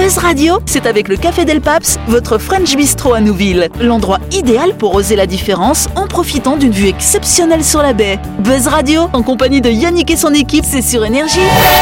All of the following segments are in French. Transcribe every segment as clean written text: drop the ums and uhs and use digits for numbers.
Buzz Radio, c'est avec le Café Del Paps, votre French Bistro à Nouville. L'endroit idéal pour oser la différence en profitant d'une vue exceptionnelle sur la baie. Buzz Radio, en compagnie de Yannick et son équipe, c'est sur Énergie.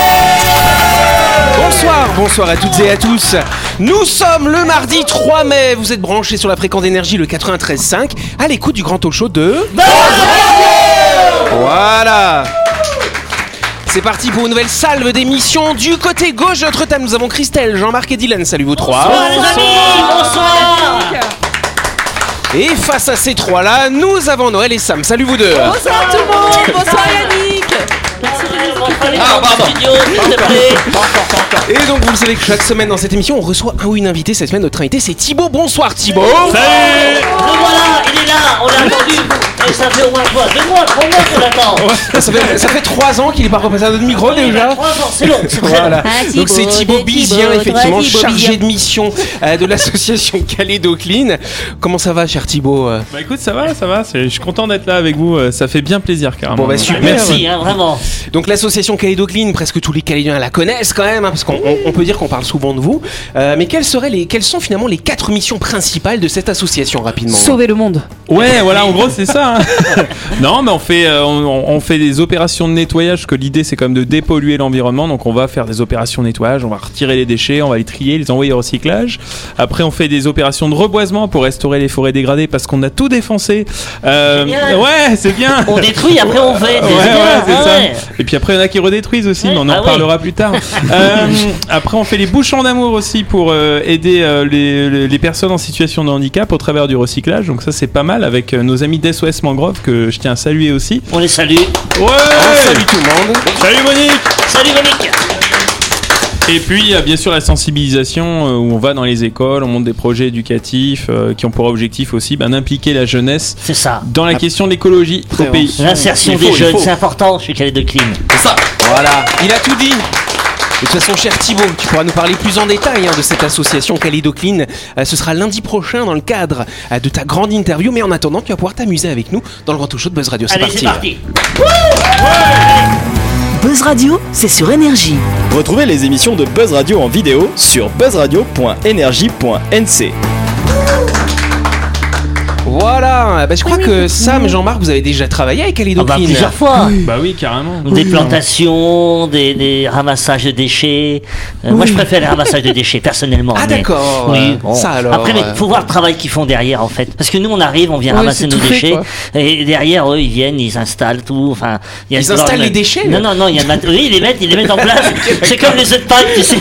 Bonsoir à toutes et à tous. Nous sommes le mardi 3 mai. Vous êtes branchés sur la fréquence d'énergie, le 93.5, à l'écoute du grand talk show de Buzz Radio. Voilà. C'est parti pour une nouvelle salve d'émissions. Du côté gauche de notre table, nous avons Christelle, Jean-Marc et Dylan. Salut vous trois. Bonsoir les amis, bonsoir. Et face à ces trois-là, nous avons Noël et Sam. Salut vous deux. Bonsoir tout le monde. Bonsoir Yannick. Et donc vous le savez que chaque semaine dans cette émission, on reçoit un ou une invitée. Cette semaine, notre invité, c'est Thibaut. Bonsoir Thibaut. Salut. Le voilà, il est là, on l'a attendu. Et ça fait au moins quoi, 2 mois, 3 mois qu'on l'attend. Ça fait 3 ans qu'il est pas repassé à notre micro déjà. 3 ans, c'est long, c'est très long. Voilà. Donc c'est Thibaut Bizien, effectivement, chargé de mission de l'association Calédo Clean. Comment ça va, cher Thibaut? Bah écoute, ça va. Je suis content d'être là avec vous. Ça fait bien plaisir, carrément. Bon bah super. Merci, hein, vraiment. Donc l'association Calédo Clean, presque tous les Calédoniens la connaissent quand même, hein, parce qu'on peut dire qu'on parle souvent de vous. Mais quelles sont finalement les 4 missions principales de cette association, rapidement? Sauver le monde. Ouais, voilà, en gros c'est ça. Hein. Non, mais on fait des opérations de nettoyage. Que l'idée c'est quand même de dépolluer l'environnement. Donc on va faire des opérations de nettoyage, on va retirer les déchets, on va les trier, les envoyer au recyclage. Après on fait des opérations de reboisement pour restaurer les forêts dégradées parce qu'on a tout défoncé. Ouais, c'est bien. On détruit, après on fait. Ouais, c'est ça. Ouais. Et puis après il y en a qui redétruisent aussi, mais on en reparlera plus tard. Après on fait les bouchons d'amour aussi pour aider les personnes en situation de handicap au travers du recyclage. Donc ça c'est pas mal avec nos amis d'SOS Mangrove que je tiens à saluer aussi. On les salue. Ouais. Salut tout le monde. Salut Monique. Salut Monique. Et puis bien sûr la sensibilisation où on va dans les écoles, on monte des projets éducatifs qui ont pour objectif aussi d'impliquer la jeunesse. C'est ça. Dans la question de l'écologie au pays. L'insertion des jeunes, c'est important chez Calédo Clean. C'est ça. Voilà. Il a tout dit. De toute façon, cher Thibaut, tu pourras nous parler plus en détail de cette association Calédo Clean. Ce sera lundi prochain dans le cadre de ta grande interview. Mais en attendant, tu vas pouvoir t'amuser avec nous dans le grand talk show de Buzz Radio. Allez, c'est parti. Buzz Radio, c'est sur Énergie. Retrouvez les émissions de Buzz Radio en vidéo sur buzzradio.energie.nc. Voilà, je crois que Sam et Jean-Marc, vous avez déjà travaillé avec Calédo Clean. Plusieurs fois. Bah oui, carrément. Des plantations, des ramassages de déchets. Moi, je préfère les ramassages de déchets, personnellement. Ah d'accord. Oui, bon. Ça alors. Après, il faut voir le travail qu'ils font derrière, en fait. Parce que nous, on arrive, on vient ramasser nos déchets. Et derrière, eux, ils viennent, ils installent tout. Enfin, ils installent les déchets. Non, il y a oui, ils les mettent en place. C'est comme les autres packs, tu sais.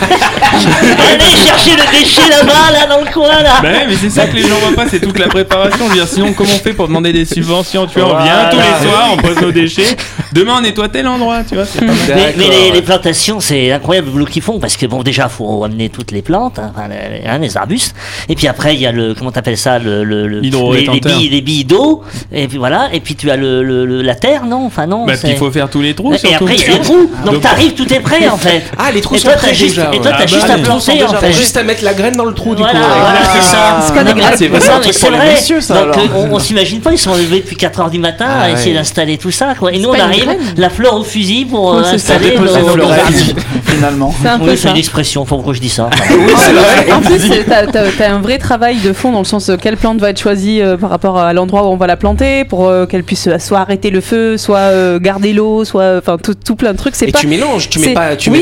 Allez chercher le déchet là-bas, là, dans le coin, là. Bah ouais, mais c'est ça que les gens voient pas, c'est toute la préparation. Je veux dire, sinon, comment on fait pour demander des subventions? Tu vois, on vient tous les soirs, on pose nos déchets. Demain, on nettoie tel endroit, tu vois. C'est pas mal. Mais les plantations, c'est incroyable le boulot qu'ils font parce que bon, déjà, faut amener toutes les plantes, les arbustes. Et puis après, il y a comment t'appelles ça, les billes d'eau. Et puis voilà. Et puis tu as la terre, non? Enfin non. Bah puis il faut faire tous les trous. Et après, il y a les trous. Donc t'arrives, tout est prêt en fait. Ah, les trous sont prêts déjà. Et toi, t'as juste à planter en fait. Juste à mettre la graine dans le trou du coup. C'est ça. C'est vrai. Donc on s'imagine pas, ils sont levés depuis 4h du matin à essayer d'installer tout ça, quoi. Et nous on arrive, la fleur au fusil pour installer nos arbustes. Finalement. C'est une expression, faut que je dise ça. Oui, c'est vrai. En plus, t'as un vrai travail de fond dans le sens quelle plante va être choisie par rapport à l'endroit où on va la planter pour qu'elle puisse soit arrêter le feu, soit garder l'eau, soit enfin tout plein de trucs. C'est et pas. tu mélanges, tu mets pas que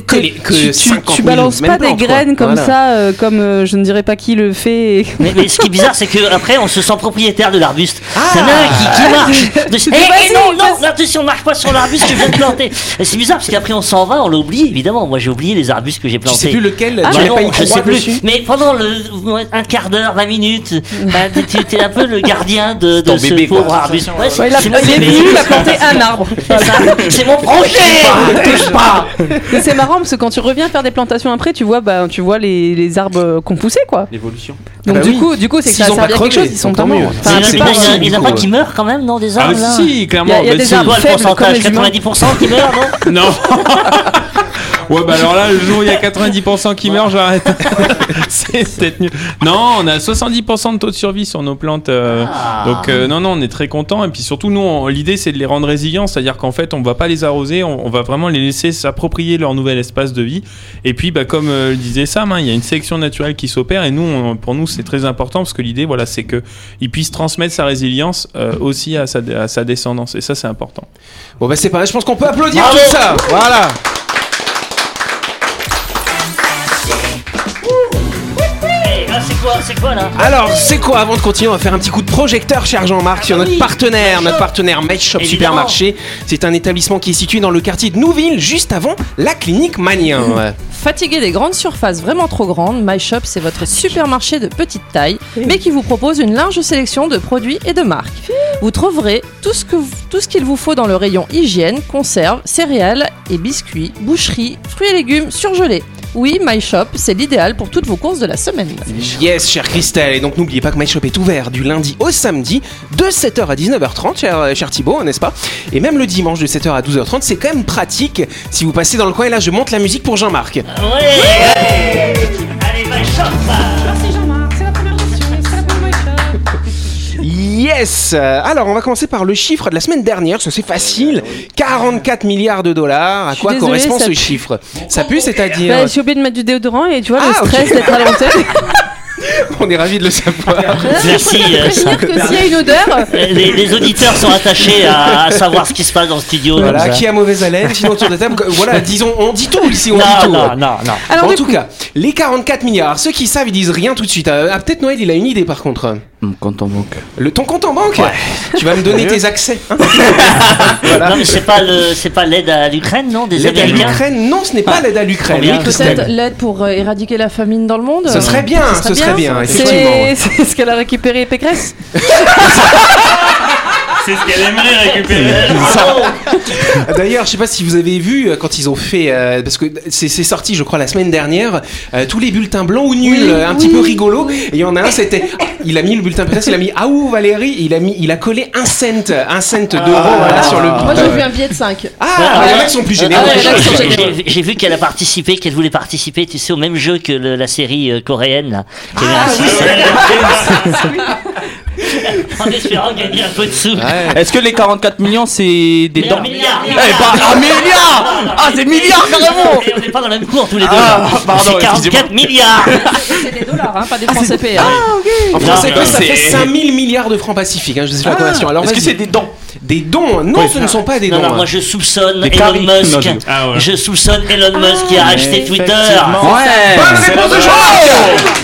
50 tu balances pas des graines comme ça, comme je ne dirais pas qui le fait. Mais ce qui est bizarre, c'est que après on se sent propriétaire de l'arbuste. Il y en a un qui marche. Non, attention, on marche pas sur l'arbuste que je viens de planter. Et c'est bizarre parce qu'après on s'en va, on l'oublie évidemment. Moi j'ai oublié les arbustes que j'ai plantés. Tu sais plus lequel? Tu n'as pas une croix dessus. Mais pendant un quart d'heure, 20 minutes, tu es un peu le gardien de ce pauvre arbuste. Il est venu, il a planté un arbre. C'est mon projet. Touche pas. Mais c'est marrant parce que quand tu reviens faire des plantations après, tu vois les arbres qu'on poussait quoi. L'évolution. Donc du coup c'est que ça sert à quelque chose. Ils sont pas morts. Il y en a pas qui meurent quand même, non, des arbres là. Si, clairement. Il y a des arbres faibles comme les 90% qui meurent, non? Non. Ouais, bah alors là, le jour où il y a 90% qui meurent, j'arrête. C'est peut-être mieux. Non, on a 70% de taux de survie sur nos plantes. Donc, non, on est très contents. Et puis surtout, nous, l'idée, c'est de les rendre résilients. C'est-à-dire qu'en fait, on va pas les arroser, on va vraiment les laisser s'approprier leur nouvel espace de vie. Et puis, bah, comme le disait Sam, il y a une sélection naturelle qui s'opère. Et nous, pour nous, c'est très important parce que l'idée, voilà, c'est qu'il puisse transmettre sa résilience aussi à sa descendance. Et ça, c'est important. Bon, bah, c'est pareil. Je pense qu'on peut applaudir tout ça. Voilà. C'est quoi là? Alors, c'est quoi? Avant de continuer, on va faire un petit coup de projecteur, cher Jean-Marc, sur notre partenaire MyShop Supermarché. C'est un établissement qui est situé dans le quartier de Nouville, juste avant la clinique Magnien. Fatigué des grandes surfaces vraiment trop grandes, MyShop, c'est votre supermarché de petite taille, mais qui vous propose une large sélection de produits et de marques. Vous trouverez tout ce qu'il vous faut dans le rayon hygiène, conserves, céréales et biscuits, boucherie, fruits et légumes surgelés. Oui, MyShop, c'est l'idéal pour toutes vos courses de la semaine. Yes, chère Christelle. Et donc, n'oubliez pas que MyShop est ouvert du lundi au samedi, de 7h à 19h30, cher Thibaut, n'est-ce pas? Et même le dimanche, de 7h à 12h30, c'est quand même pratique si vous passez dans le coin. Et là, je monte la musique pour Jean-Marc. Ouais. Allez, MyShop. Merci Jean-Marc, c'est la première question, c'est la première MyShop. Yes. Alors, on va commencer par le chiffre de la semaine dernière. Ça, c'est facile. 44 milliards de dollars. À quoi correspond ce chiffre? Ça pue, c'est-à-dire... Bah, j'ai oublié de mettre du déodorant et tu vois, le stress d'être à l'antenne. On est ravis de le savoir. Merci. C'est-à-dire que s'il y a une odeur... Les auditeurs sont attachés à savoir ce qui se passe dans le studio. Voilà, qui a mauvaise haleine, sinon autour de table. Voilà, disons, on dit tout ici, on dit tout. Non. Alors, en tout cas, les 44 milliards, ceux qui savent, ils disent rien tout de suite. Peut-être Noël, il a une idée par contre. Mon compte en banque. Ton compte en banque? Ouais. Tu vas me donner tes accès. Hein. Voilà. Non, mais c'est pas l'aide à l'Ukraine, non? L'aide à l'Ukraine? Non, ce n'est pas l'aide à l'Ukraine. Oui, peut-être l'aide pour éradiquer la famine dans le monde? Ce serait bien, effectivement. C'est ce qu'elle a récupéré Pécresse. C'est ce qu'elle aimerait récupérer. D'ailleurs, je sais pas si vous avez vu quand ils ont fait, parce que c'est sorti, je crois, la semaine dernière, tous les bulletins blancs ou nuls, un petit peu rigolo. Et il y en a un, c'était, il a mis le bulletin presse, il a mis ah ouh Valérie, il a collé un cent d'euros voilà, sur le bulletin. Moi j'ai vu un billet de 5. Il y en a qui sont plus généreux. J'ai vu qu'elle voulait participer, tu sais, au même jeu que la série coréenne là. En espérant gagner un peu de sous. Ouais. Est-ce que les 44 millions c'est des dents? Milliards. Un milliard. Ah, c'est milliards carrément. On n'est pas dans le même cours tous les deux. Pardon, c'est 44 milliards. C'est des dollars, pas des francs CP. En français, ça fait 5000 milliards de francs pacifiques. Je sais la conversion. Alors, est-ce que c'est des dons? Des dons? Non, ce ne sont pas des dons. Non, moi je soupçonne Elon Musk. Je soupçonne Elon Musk qui a acheté Twitter. Ouais. Bonne réponse de Jean-Marc.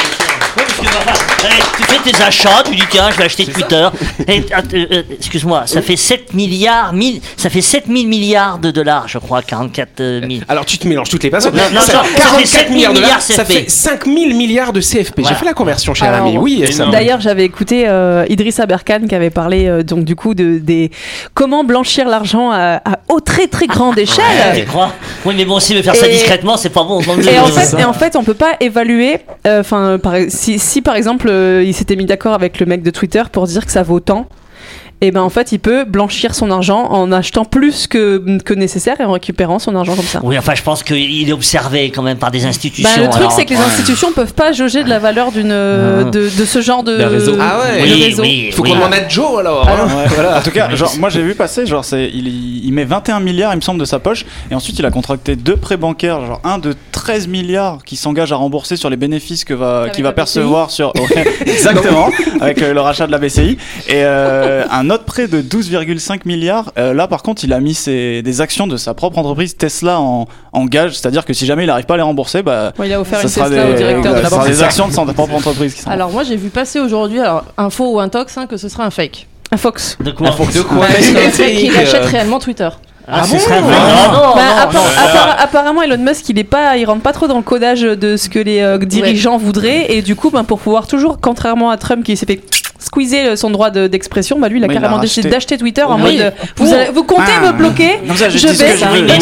Tu fais tes achats, tu dis tiens, je vais acheter Twitter. Excuse-moi, ça fait 7 milliards, ça fait 7000 milliards de dollars, je crois, 44 000. Alors tu te mélanges toutes les personnes. Non, 44 milliards de dollars, ça fait 5000 milliards de CFP. Voilà. J'ai fait la conversion, cher ami. Oui. D'ailleurs, j'avais écouté Idriss Aberkan qui avait parlé donc du coup des comment blanchir l'argent à très très grande échelle. Tu crois? Oui, mais bon, si veut faire ça discrètement, c'est pas bon. Et en fait, on peut pas évaluer. Enfin, si par exemple il s'était mis d'accord avec le mec de Twitter pour dire que ça vaut tant, et ben en fait il peut blanchir son argent en achetant plus que nécessaire et en récupérant son argent comme ça. Oui, enfin je pense qu'il est observé quand même par des institutions. Le truc c'est que les institutions peuvent pas jauger de la valeur de ce genre de réseau. Ah ouais. Oui, réseau. Il faut qu'on en aide Joe alors. Voilà. En tout cas, genre moi j'ai vu passer, genre il met 21 milliards il me semble de sa poche et ensuite il a contracté 2 prêts bancaires, genre un de 13 milliards qui s'engage à rembourser sur les bénéfices qu'il va percevoir sur exactement avec le rachat de la BCI et un autre prêt de 12,5 milliards. Là, par contre, il a mis des actions de sa propre entreprise Tesla en gage. C'est-à-dire que si jamais il n'arrive pas à les rembourser, il a offert une Tesla au directeur de la banque. Des actions de sa propre entreprise. Alors, moi, j'ai vu passer aujourd'hui, info ou un tox, que ce serait un fake. Un Fox. De quoi? Qu'il achète réellement Twitter. Ce serait apparemment Elon Musk il rentre pas trop dans le codage de ce que les dirigeants voudraient et du coup pour pouvoir toujours, contrairement à Trump qui s'est fait squeezer son droit d'expression, bah lui il a carrément décidé d'acheter Twitter en mode vous comptez me bloquer, je vais.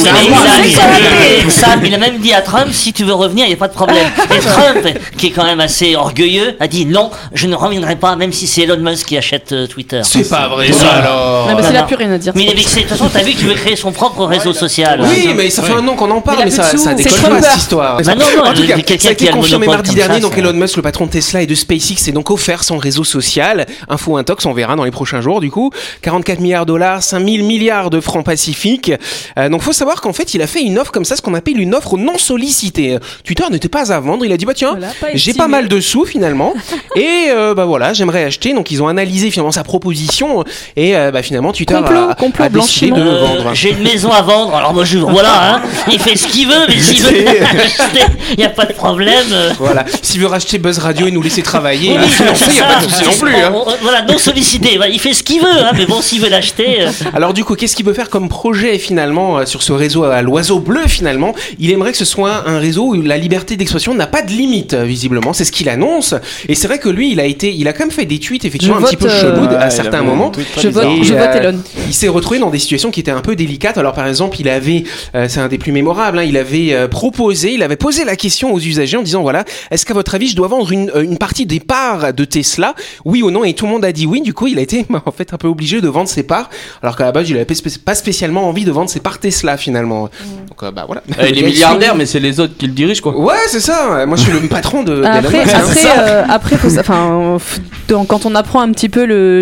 Sam, il a même dit à Trump, si tu veux revenir, il n'y a pas de problème. Et Trump, qui est quand même assez orgueilleux, a dit non, je ne reviendrai pas, même si c'est Elon Musk qui achète Twitter. C'est pas vrai ça alors. Non, mais il n'a plus rien à dire. Mais il est vexé. De toute façon, t'as vu qu'il veut créer son propre réseau social. Oui, mais ça fait un an qu'on en parle, mais ça décolle pas cette histoire. Bah non, en tout cas, ça a été confirmé mardi dernier. Donc Elon Musk, le patron de Tesla et de SpaceX, s'est donc offert son réseau social. Info intox, on verra dans les prochains jours du coup. 44 milliards de $, 5000 milliards de francs pacifiques. Donc faut savoir qu'en fait, il a fait une offre comme ça, ce qu'on appelle une offre non sollicitée. Twitter n'était pas à vendre. Il a dit bah tiens, j'ai pas mal de sous finalement, et bah voilà, j'aimerais acheter. Donc ils ont analysé finalement sa proposition et bah finalement Twitter a décidé de vendre. J'ai une maison à vendre. Alors moi voilà, hein, il fait ce qu'il veut, mais s'il veut acheter, il y a pas de problème. Voilà, s'il veut racheter Buzz Radio et nous laisser travailler, il y a pas de souci non plus. Voilà, non sollicité. Il fait ce qu'il veut, hein, mais bon, s'il veut l'acheter. Alors du coup, qu'est-ce qu'il veut faire comme projet finalement sur ce réseau à l'oiseau bleu finalement? Il aimerait que ce soit un réseau où la liberté d'expression n'a pas de limite visiblement. C'est ce qu'il annonce. Et c'est vrai que lui, il a quand même fait des tweets effectivement un petit peu chelous à certains moments. Je vote Elon. Il s'est retrouvé dans des situations qui étaient un peu délicates. Alors par exemple, il avait, c'est un des plus mémorables, hein, il avait posé la question aux usagers en disant voilà, est-ce qu'à votre avis je dois vendre une partie des parts de Tesla, oui ou non? Et tout le monde a dit oui. Du coup, il a été en fait un peu obligé de vendre ses parts, alors qu'à la base, il avait pas spécialement envie de vendre ses parts Tesla finalement. Donc bah voilà. Il est milliardaire, mais c'est les autres qui le dirigent quoi. Ouais, c'est ça. Moi, je suis le patron de. Après, quand on apprend un petit peu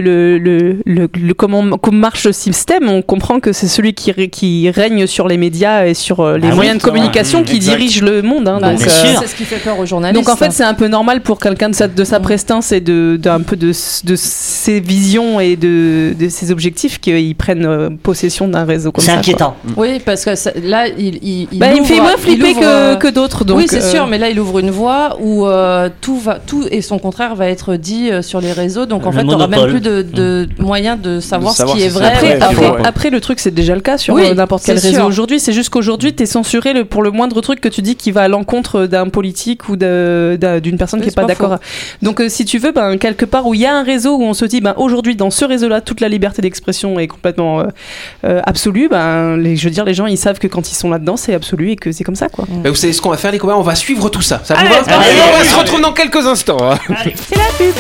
comment marche le système, on comprend que c'est celui qui règne sur les médias et sur les moyens de communication qui dirige le monde. Hein, donc, c'est ce qui fait peur aux journalistes. Donc en fait, c'est un peu normal pour quelqu'un de sa prestance et d'un peu de ses visions et de ses objectifs qu'ils prennent possession d'un réseau comme ça. C'est inquiétant. Oui, parce que là, il me fait moins flipper que d'autres. Donc, oui, c'est sûr, mais là, il ouvre une voie où tout et son contraire va être dit sur les réseaux. Donc en fait, t'auras même plus de moyens de savoir ce qui est vrai. Après, le truc, c'est déjà le cas sur n'importe quel réseau aujourd'hui. C'est juste qu'aujourd'hui, t'es censuré pour le moindre truc que tu dis qui va à l'encontre d'un politique ou d'une personne qui est pas d'accord. Donc si tu veux, quelque part où il y a un réseau où on se dit aujourd'hui dans ce réseau-là, toute la liberté d'expression est complètement absolue, je veux dire, les gens ils savent que quand ils sont là-dedans, c'est absolu et que c'est comme ça quoi. Vous savez ce qu'on va faire les copains, on va suivre tout ça. Ça vous va? On va se retrouver dans quelques instants. C'est la pub.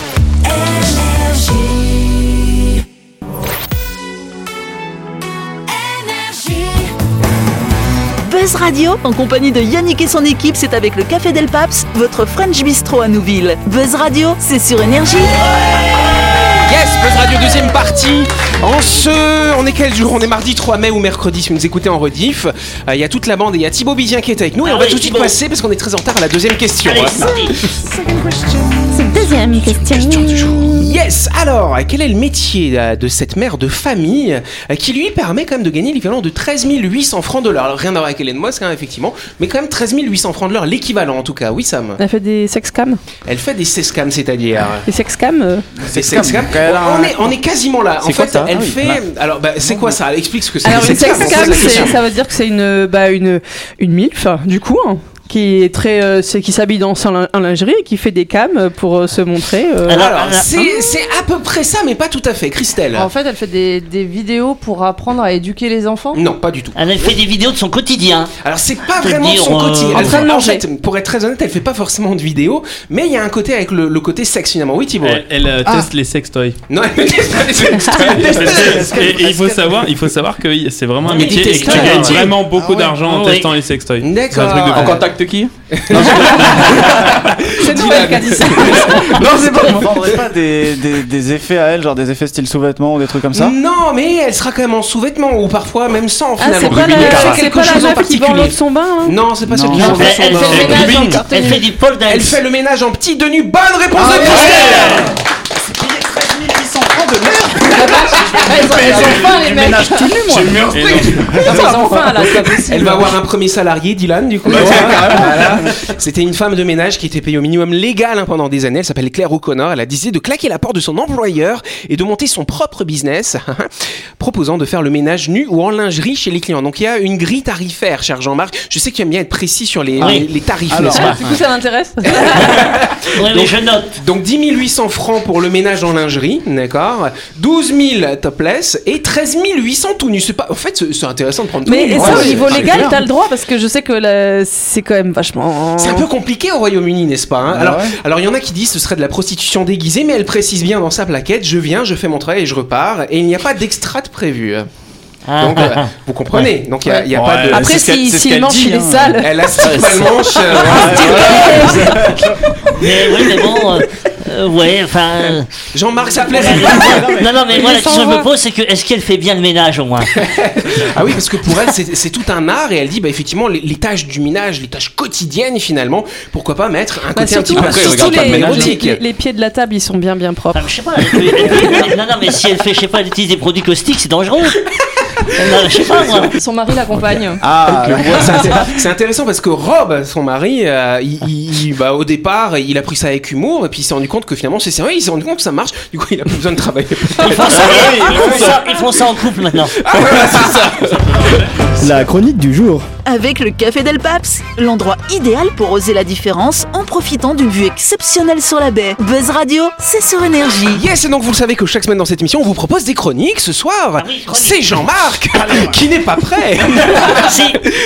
Buzz Radio, en compagnie de Yannick et son équipe, c'est avec le Café Del Paps, votre French Bistro à Nouville. Buzz Radio, c'est sur Énergie. Yes, Buzz Radio, deuxième partie. On est quel jour? On est mardi 3 mai ou mercredi si vous nous écoutez en rediff. Il y a toute la bande et il y a Thibaut Bizien qui est avec nous. Et on va tout de suite passer parce qu'on est très en retard à la deuxième question. C'est deuxième question du jour. Yes, alors, quel est le métier de cette mère de famille qui lui permet quand même de gagner l'équivalent de 13 800 francs de l'heure? Alors, rien à voir avec Elon Musk, hein, effectivement, mais quand même 13 800 francs de l'heure, l'équivalent en tout cas. Oui, Sam. Elle fait des sexcams. Elle fait des sexcams, c'est-à-dire des sexcams. Des sexcams. On est quasiment là. En fait, elle fait. Alors, c'est quoi ça? Explique ce que c'est. Alors, une sexcam, ça veut dire que c'est une MILF, du coup. Qui est qui s'habille en lingerie et qui fait des cams pour se montrer. Alors, c'est à peu près ça, mais pas tout à fait. Christelle. En fait, elle fait des vidéos pour apprendre à éduquer les enfants. Non, pas du tout. Elle fait des vidéos de son quotidien. Alors, c'est pas vraiment son quotidien. En fait, pour être très honnête, elle fait pas forcément de vidéos, mais il y a un côté avec le côté sexe finalement. Oui, Thibaut. Elle teste les sextoys. Non, elle teste pas les sextoys. Et il faut savoir que c'est vraiment un métier et que tu gagnes vraiment beaucoup d'argent en testant les sextoys. D'accord. En contact de qui? C'est Noël qui a dit ça. Non, c'est pas. On vendrait pas des effets à elle, genre des effets style sous-vêtements ou des trucs comme ça? Non, mais elle sera quand même en sous-vêtements ou parfois même sans finalement. C'est pas la meuf qui vend l'eau de son bain. Non, c'est pas celle qui vend l'eau de son bain. Elle fait du pole dance. Elle fait le ménage en petit tenue. Bonne réponse de Christelle. C'est payé 13 800 francs de l'heure. Du ménage tout nu, moi. Ils ont faim là, c'est pas possible. Elle va avoir un premier salarié, Dylan, du coup. Voilà. C'était une femme de ménage qui était payée au minimum légal pendant des années. Elle s'appelle Claire O'Connor. Elle a décidé de claquer la porte de son employeur et de monter son propre business, proposant de faire le ménage nu ou en lingerie chez les clients. Donc il y a une grille tarifaire, cher Jean-Marc. Je sais que tu aimes bien être précis sur les tarifs, Alors, n'est-ce pas? du coup, ça m'intéresse. Ouais, mais je note. Donc 10 800 francs pour le ménage en lingerie, d'accord, 12 000 topless et 13 800 tout nu. En fait, c'est intéressant de prendre tout nu. Mais ça, au niveau c'est légal, bien. t'as le droit parce que je sais que c'est quand même vachement. C'est un peu compliqué au Royaume-Uni, n'est-ce pas, hein? Alors, il y en a qui disent que ce serait de la prostitution déguisée, mais elle précise bien dans sa plaquette, je viens, je fais mon travail et je repars, et il n'y a pas d'extra de prévu. Donc, vous comprenez. Donc, il n'y a pas de... Après, si le manche il est sale. Elle a stylé pas le manche. Mais oui, mais bon. Ouais, enfin. Jean-Marc, ça plairait. Non, mais moi, la question que je me pose, c'est que est-ce qu'elle fait bien le ménage au moins? Ah oui, parce que pour elle, c'est tout un art, et elle dit, effectivement, les tâches du ménage, les tâches quotidiennes, finalement, pourquoi pas mettre un côté un petit peu érotique. Les pieds de la table, ils sont bien propres. Enfin, je sais pas. Non, mais si elle fait, je sais pas, elle utilise des produits caustiques, c'est dangereux. Non, je sais pas, moi. Son mari l'accompagne. C'est intéressant parce que Rob, son mari, au départ, il a pris ça avec humour, et puis il s'est rendu compte que finalement c'est sérieux, il s'est rendu compte que ça marche, du coup il a plus besoin de travailler. Ils font ça en couple maintenant. La chronique du jour. Avec le Café Del Paps, l'endroit idéal pour oser la différence en profitant d'une vue exceptionnelle sur la baie. Buzz Radio, c'est sur Énergie. Yes, et donc vous le savez que chaque semaine dans cette émission, on vous propose des chroniques. Ce soir, c'est Jean-Marc qui n'est pas prêt. Si.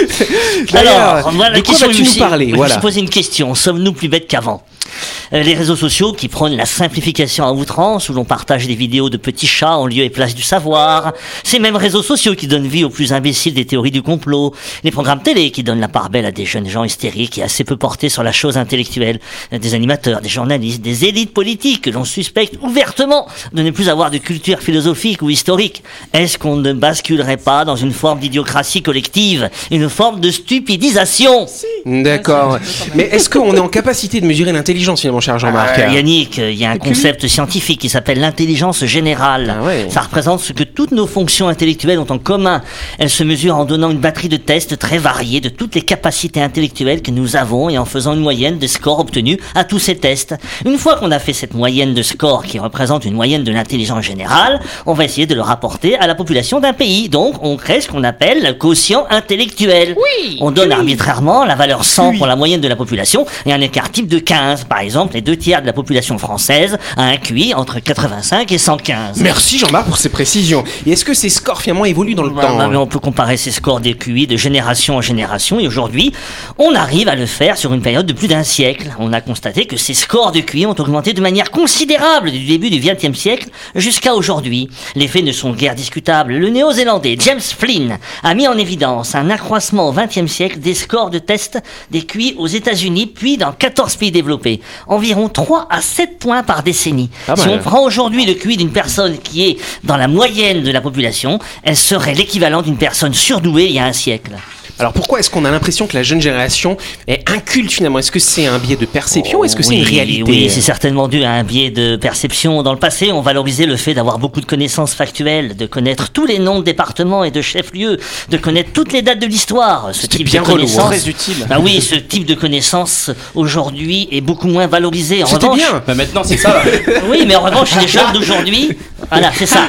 Alors, voilà, de quoi vas-tu nous parler? Je me suis posé une question. Sommes-nous plus bêtes qu'avant? Les réseaux sociaux qui prônent la simplification à outrance, où l'on partage des vidéos de petits chats en lieu et place du savoir. Ces mêmes réseaux sociaux qui donnent vie aux plus imbéciles des théories du complot. Les programmes télé qui donnent la part belle à des jeunes gens hystériques et assez peu portés sur la chose intellectuelle. Des animateurs, des journalistes, des élites politiques que l'on suspecte ouvertement de ne plus avoir de culture philosophique ou historique. Est-ce qu'on ne basculerait pas dans une forme d'idiocratie collective, une forme de stupidisation? D'accord. Mais est-ce qu'on est en capacité de mesurer l'intelligence finalement, cher Jean-Marc? Yannick, il y a un concept scientifique qui s'appelle l'intelligence générale. Ah ouais. Ça représente ce que toutes nos fonctions intellectuelles ont en commun. Elle se mesure en donnant une batterie de tests très variée de toutes les capacités intellectuelles que nous avons et en faisant une moyenne des scores obtenus à tous ces tests. Une fois qu'on a fait cette moyenne de scores qui représente une moyenne de l'intelligence générale, on va essayer de le rapporter à la population d'un pays. Donc, on crée ce qu'on appelle le quotient intellectuel. Oui. On donne arbitrairement la valeur 100 pour la moyenne de la population et un écart type de 15. Par exemple, les 2/3 de la population française a un QI entre 85 et 115. Merci Jean-Marc pour ces précisions. Et est-ce que ces scores finalement évoluent dans le temps? Mais on peut comparer ces scores des QI de génération en génération et aujourd'hui, on arrive à le faire sur une période de plus d'un siècle. On a constaté que ces scores de QI ont augmenté de manière considérable du début du XXe siècle jusqu'à aujourd'hui. Les faits ne sont guère discutables. Le néo-zélandais James Flynn a mis en évidence un accroissement au XXe siècle des scores de test des QI aux États-Unis puis dans 14 pays développés. Environ 3 à 7 points par décennie. Si on prend aujourd'hui le QI d'une personne qui est dans la moyenne de la population, elle serait l'équivalent d'une personne surdouée il y a un siècle. Alors pourquoi est-ce qu'on a l'impression que la jeune génération est inculte finalement? Est-ce que c'est un biais de perception ou est-ce que c'est une réalité? Oui, c'est certainement dû à un biais de perception. Dans le passé, on valorisait le fait d'avoir beaucoup de connaissances factuelles, de connaître tous les noms de départements et de chefs-lieux, de connaître toutes les dates de l'histoire. Ce type de connaissance, très utile. Bah oui, ce type de connaissance aujourd'hui est beaucoup moins valorisé. En C'était revanche, bien. Bah maintenant c'est ça. oui, mais en revanche, les jeunes d'aujourd'hui, voilà, c'est ça.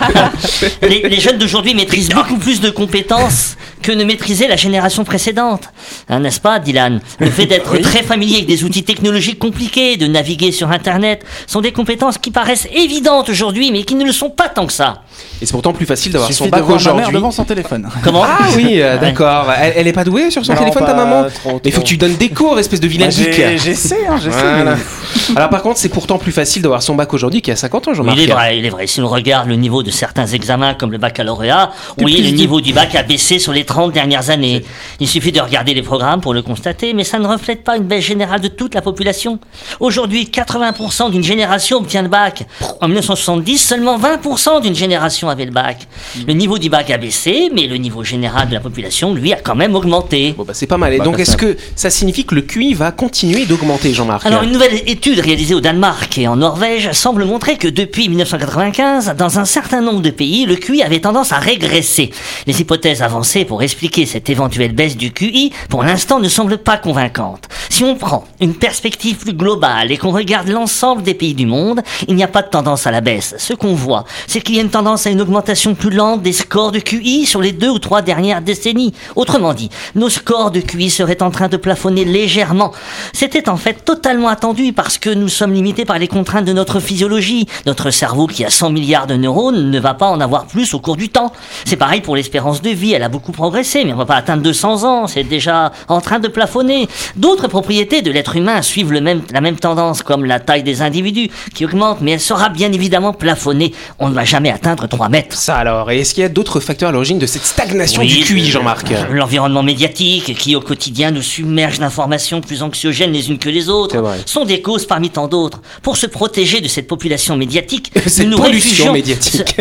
Les jeunes d'aujourd'hui maîtrisent beaucoup plus de compétences que ne maîtrisait la génération précédente. Hein, n'est-ce pas, Dylan? Le fait d'être très familier avec des outils technologiques compliqués, de naviguer sur Internet, sont des compétences qui paraissent évidentes aujourd'hui, mais qui ne le sont pas tant que ça. Et c'est pourtant plus facile d'avoir son Suffit bac de voir ma mère aujourd'hui. devant son téléphone. Comment? Ah oui, d'accord. Elle est pas douée sur son Non, téléphone, ta pas maman? trop. Il faut que tu donnes des cours, espèce de vilain geek. J'essaie, Voilà. Alors par contre, c'est pourtant plus facile d'avoir son bac aujourd'hui qu'il y a 50 ans, Jean-Marc. Il est vrai. Si on regarde le niveau de certains examens comme le baccalauréat, oui, le niveau du bac a baissé sur les 30 dernières années. Il suffit de regarder regardé les programmes pour le constater, mais ça ne reflète pas une baisse générale de toute la population. Aujourd'hui, 80% d'une génération obtient le bac. En 1970, seulement 20% d'une génération avait le bac. Le niveau du bac a baissé, mais le niveau général de la population, lui, a quand même augmenté. Bon, c'est pas mal. Et donc, est-ce que ça signifie que le QI va continuer d'augmenter, Jean-Marc? Alors, une nouvelle étude réalisée au Danemark et en Norvège semble montrer que depuis 1995, dans un certain nombre de pays, le QI avait tendance à régresser. Les hypothèses avancées pour expliquer cette éventuelle baisse du QI, pour l'instant, ne semblent pas convaincantes. Si on prend une perspective plus globale et qu'on regarde l'ensemble des pays du monde, il n'y a pas de tendance à la baisse. Ce qu'on voit, c'est qu'il y a une tendance à une augmentation plus lente des scores de QI sur les 2 ou 3 dernières décennies. Autrement dit, nos scores de QI seraient en train de plafonner légèrement. C'était en fait totalement attendu parce que nous sommes limités par les contraintes de notre physiologie. Notre cerveau qui a 100 milliards de neurones ne va pas en avoir plus au cours du temps. C'est pareil pour l'espérance de vie, elle a beaucoup progressé, mais on ne va pas atteindre 200 ans, c'est déjà en train de plafonner. D'autres propriétés de l'être humain suivent la même tendance, comme la taille des individus qui augmente, mais elle sera bien évidemment plafonnée. On ne va jamais atteindre 3 mètres. Ça alors, et est-ce qu'il y a d'autres facteurs à l'origine de cette stagnation du QI, Jean-Marc? L'environnement médiatique, qui au quotidien nous submerge d'informations plus anxiogènes les unes que les autres, sont des causes parmi tant d'autres. Pour se protéger de cette population médiatique, de cette pollution médiatique,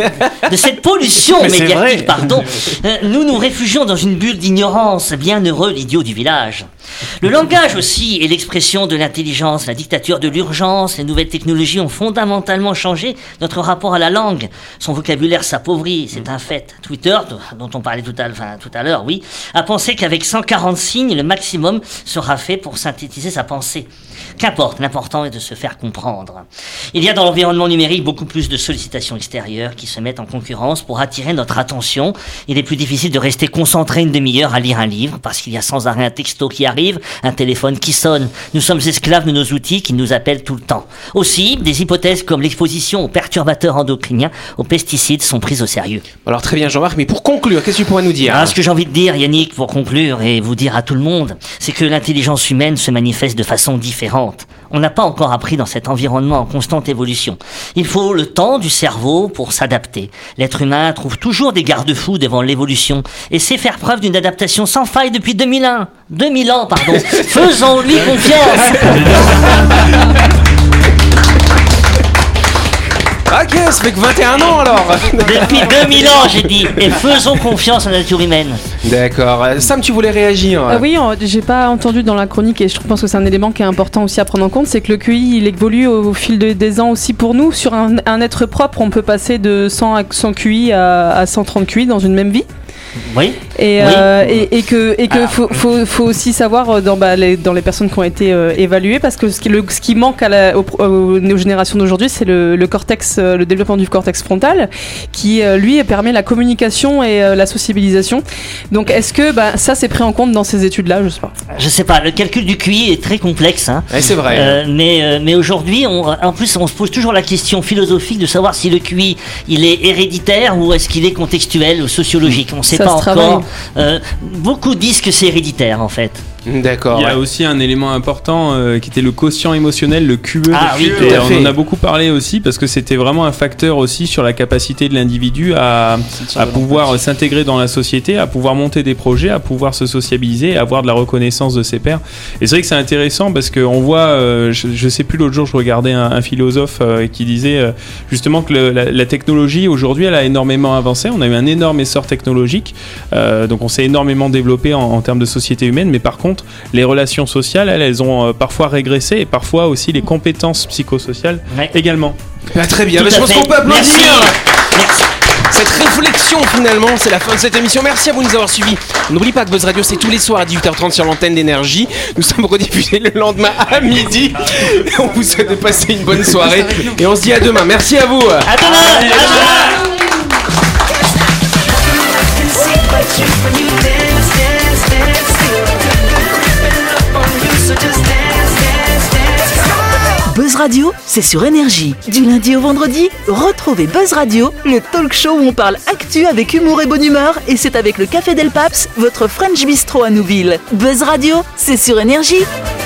nous nous réfugions dans une bulle d'ignorance. Bienheureux l'idiot du village. Le langage aussi est l'expression de l'intelligence. La dictature de l'urgence, les nouvelles technologies ont fondamentalement changé notre rapport à la langue. Son vocabulaire s'appauvrit, c'est un fait. Twitter, dont on parlait tout à l'heure, a pensé qu'avec 140 signes, le maximum sera fait pour synthétiser sa pensée. Qu'importe, l'important est de se faire comprendre. Il y a dans l'environnement numérique beaucoup plus de sollicitations extérieures qui se mettent en concurrence pour attirer notre attention. Il est plus difficile de rester concentré une demi-heure à lire un livre parce qu'il y a sans arrêt un texto qui arrive, un téléphone qui sonne. Nous sommes esclaves de nos outils qui nous appellent tout le temps. Aussi, des hypothèses comme l'exposition aux perturbateurs endocriniens, aux pesticides sont prises au sérieux. Alors très bien Jean-Marc, mais pour conclure, qu'est-ce que tu pourrais nous dire? Ce que j'ai envie de dire, Yannick, pour conclure et vous dire à tout le monde, c'est que l'intelligence humaine se manifeste de façon différente. On n'a pas encore appris dans cet environnement en constante évolution. Il faut le temps du cerveau pour s'adapter. L'être humain trouve toujours des garde-fous devant l'évolution et sait faire preuve d'une adaptation sans faille depuis 2000 ans. Faisons-lui confiance. Ok, ça fait que 21 ans alors. Depuis 2000 ans, j'ai dit. Et faisons confiance à la nature humaine. D'accord. Sam, tu voulais réagir? Oui, j'ai pas entendu dans la chronique et je pense que c'est un élément qui est important aussi à prendre en compte, c'est que le QI, il évolue au fil des ans aussi pour nous. Sur un être propre, on peut passer de 100 QI à 130 QI dans une même vie. Oui. Et que faut aussi savoir dans les personnes qui ont été évaluées, parce que ce qui manque aux générations d'aujourd'hui, c'est le cortex, le développement du cortex frontal, qui lui permet la communication et la sociabilisation. Donc est-ce que ça c'est pris en compte dans ces études-là? Je sais pas. Le calcul du QI est très complexe. Ouais, c'est vrai. Mais aujourd'hui, en plus, on se pose toujours la question philosophique de savoir si le QI il est héréditaire ou est-ce qu'il est contextuel ou sociologique. On sait pas encore. Beaucoup disent que c'est héréditaire en fait. D'accord. Il y a aussi un élément important qui était le quotient émotionnel, le QE. Ah oui, et on en a beaucoup parlé aussi parce que c'était vraiment un facteur aussi sur la capacité de l'individu à pouvoir s'intégrer dans la société, à pouvoir monter des projets, à pouvoir se sociabiliser, à avoir de la reconnaissance de ses pairs. Et c'est vrai que c'est intéressant parce qu'on voit, je sais plus, l'autre jour je regardais un philosophe qui disait justement que la technologie aujourd'hui elle a énormément avancé. On a eu un énorme essor technologique, donc on s'est énormément développé en termes de société humaine, mais par contre les relations sociales, elles ont parfois régressé et parfois aussi les compétences psychosociales également. Très bien, je pense qu'on peut applaudir. Merci. Cette réflexion finalement, c'est la fin de cette émission. Merci à vous de nous avoir suivis. N'oublie pas que Buzz Radio c'est tous les soirs à 18h30 sur l'antenne d'Énergie. Nous sommes rediffusés le lendemain à midi. On vous souhaite de passer une bonne soirée et on se dit à demain. Merci à vous. À demain. Buzz Radio, c'est sur Énergie. Du lundi au vendredi, retrouvez Buzz Radio, le talk show où on parle actu avec humour et bonne humeur, et c'est avec le Café Del Paps, votre French Bistro à Nouville. Buzz Radio, c'est sur Énergie.